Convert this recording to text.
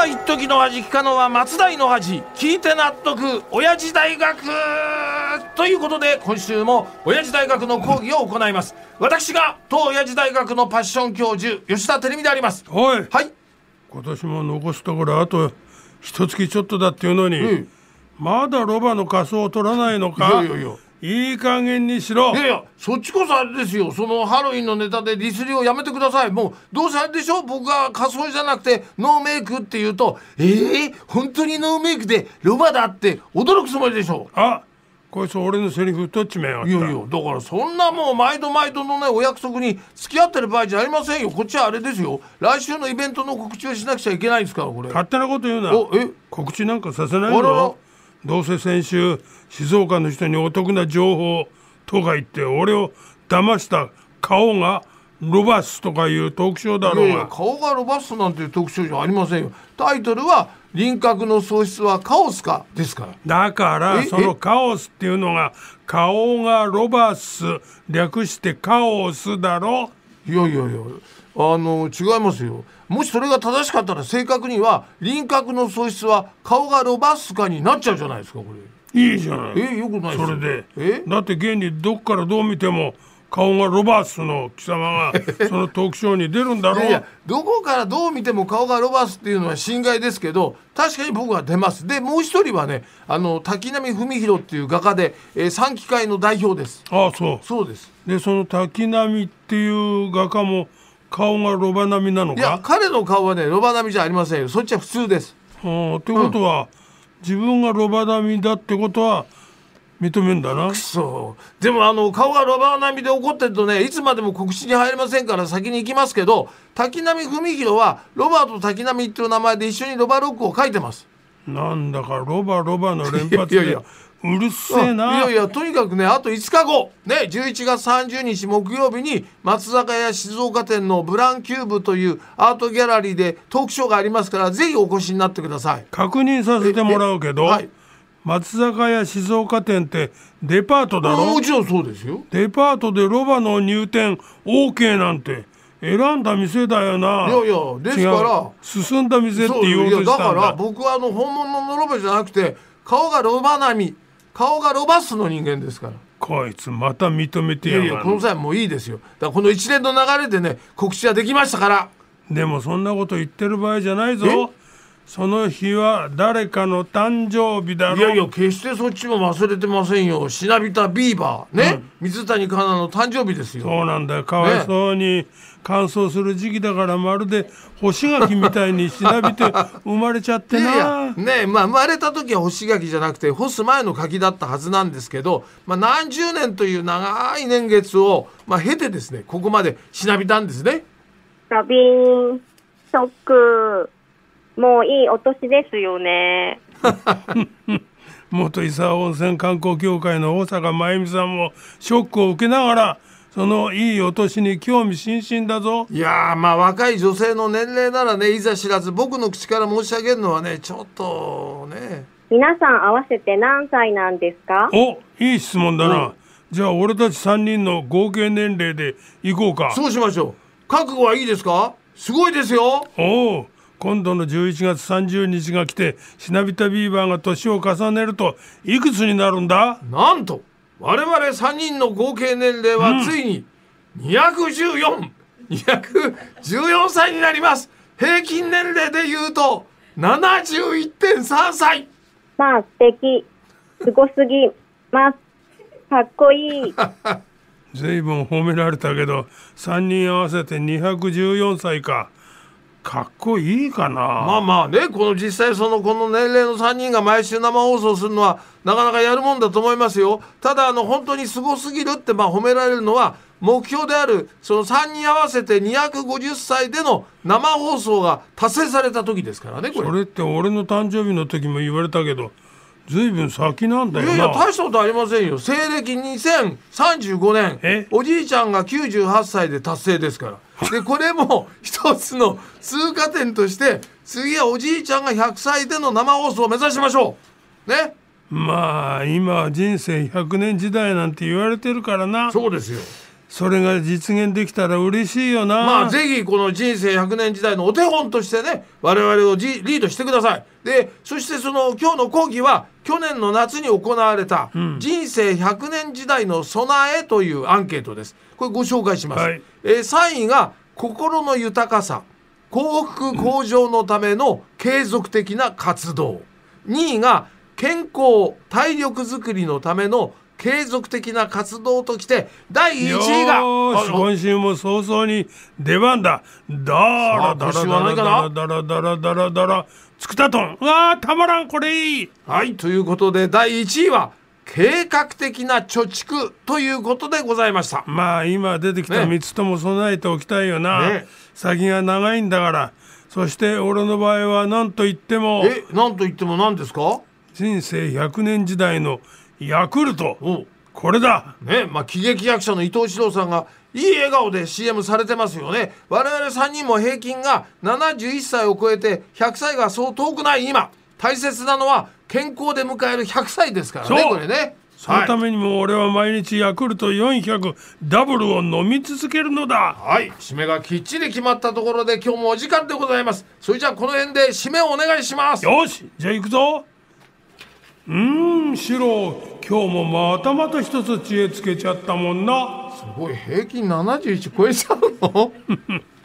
は一時の恥聞かのは松代の恥、聞いて納得親父大学ということで、今週も親父大学の講義を行います。私が当親父大学のパッション教授吉田照美であります。 おい、 はい。 今年も残すところあと一月ちょっとだっていうのに、まだロバの仮装を取らないのか。いい加減にしろ。 いやいや、そっちこそあれですよ。そのハロウィンのネタでディスりをやめてください。もうどうせあれでしょ、僕が仮装じゃなくてノーメイクって言うと、本当にノーメイクでロバだって驚くつもりでしょ。 あ、こいつ俺のセリフ取っちめやがった。 いやいや、だからそんなもう毎度毎度のねお約束に付き合ってる場合じゃありませんよ。こっちはあれですよ、来週のイベントの告知をしなくちゃいけないんですから。これ勝手なこと言うな。告知なんかさせないあらら。 ぞ。どうせ先週静岡の人にお得な情報とか言って俺を騙した顔がロバスとかいうトークショーだろうが。 いやいや、顔がロバスなんていう特徴じゃありませんよ。タイトルは輪郭の喪失はカオスかですから。 だからそのカオスっていうのが顔がロバス略してカオスだろ。 いやいやいや、違いますよ。もしそれが正しかったら正確には輪郭の喪失は顔がロバスかになっちゃうじゃないですか。これいいじゃない。 よくないですよ。 それでだって現にどっからどう見ても顔がロバスの貴様がそのトークショーに出るんだろう。 いや、どこからどう見ても顔がロバスっていうのは心外ですけど、確かに僕は出ます。でもう一人はね、滝波文弘っていう画家で、三期会の代表です。 ああ、そうです。 でその滝波っていう画家も顔がロバ並みなのか。 いや、彼の顔はねロバ並みじゃありませんよ。そっちは普通です。 ってことは、自分がロバ並みだってことは認めんだな。 でも顔がロバ並みで怒ってるとね、いつまでも告知に入れませんから先に行きますけど、滝波文弘はロバート滝波っていう名前で一緒にロバロックを書いてます。 なんだかロバの連発でうるせえな。 いやいや、とにかくね、あと5日後ね、11月30日木曜日に松坂屋静岡店のブランキューブというアートギャラリーでトークショーがありますから、ぜひお越しになってください。 確認させてもらうけど、松坂屋静岡店ってデパートだろ。 もちろんそうですよ。 デパートでロバの入店 OK なんて選んだ店だよな。 いやいや、ですから進んだ店って言おうとしたんだ。 だから僕は本物のロバじゃなくて、顔がロバ並み、顔がロバスの人間ですから。 こいつまた認めてやがる。 いやいや、この際もういいですよ。だからこの一連の流れでね、告知はできましたから。 でもそんなこと言ってる場合じゃないぞ。その日は誰かの誕生日だろ。 いやいや、決してそっちも忘れてませんよ。しなびたビーバーね、水谷香奈の誕生日ですよ。 そうなんだよ。かわいそうに乾燥する時期だから、まるで干し柿みたいにしなびて生まれちゃってな。 いやいやね、生まれた時は干し柿じゃなくて干す前の柿だったはずなんですけど、何十年という長い年月を経てですね、ここまでしなびたんですね。 ロビンショック、もういいお年ですよね。 元伊佐温泉観光協会の大阪真由美さんもショックを受けながら、そのいいお年に興味津々だぞ。 いや若い女性の年齢ならね、いざ知らず、僕の口から申し上げるのはね、ちょっとね。 皆さん合わせて何歳なんですか？ いい質問だな。じゃあ俺たち3人の合計年齢でいこうか。 そうしましょう。覚悟はいいですか？すごいですよ。 今度の11月30日が来て、しなびたビーバーが年を重ねるといくつになるんだ？ なんと我々3人の合計年齢はついに214歳になります。平均年齢で言うと 71.3 歳。 素敵、すごすぎます、かっこいい。 ずいぶん褒められたけど、3人合わせて214歳か。かっこいいかな。 ね、この実際この年齢の3人が毎週生放送するのはなかなかやるもんだと思いますよ。ただ本当にすごすぎるって褒められるのは、目標であるその3人合わせて250歳での生放送が達成された時ですからね。これそれって俺の誕生日の時も言われたけど、ずいぶん先なんだよな。 いやいや、大したことありませんよ。西暦2035年、おじいちゃんが98歳で達成ですから。でこれも一つの通過点として、次はおじいちゃんが100歳での生放送を目指しましょうね。 今は人生100年時代なんて言われてるからな。 そうですよ。 それが実現できたら嬉しいよな。 まあぜひこの人生100年時代のお手本としてね我々をリードしてください。でそしてその今日の講義は去年の夏に行われた人生100年時代の備えというアンケートです。これご紹介します、 はい。 3位が心の豊かさ幸福向上のための継続的な活動、2位が健康体力づくりのための継続的な活動ときて第1位がよーし今週も早々に出番だ。だらだらさあ今週は何かなだらだらだらだらつくたとん。わあたまらんこれいい。 はいということで第1位は計画的な貯蓄ということでございました。 まあ今出てきたね 3つとも備えておきたいよな、 ね先が長いんだから。そして俺の場合は何と言ってもなんと言っても何ですか？ 人生100年時代のヤクルト、 おこれだ。 ね喜劇役者の伊藤四郎さんがいい笑顔で CM されてますよね。我々3人も平均が71歳を超えて100歳がそう遠くない今大切なのは健康で迎える100歳ですからね。 そうこれねそのためにも俺は毎日ヤクルト400ダブルを飲み続けるのだ。 はい締めがきっちり決まったところで今日もお時間でございます。それじゃあこの辺で締めをお願いします。 よしじゃあ行くぞ。シロ今日もまたまた一つ知恵つけちゃったもんな。 すごい平均71超えちゃうの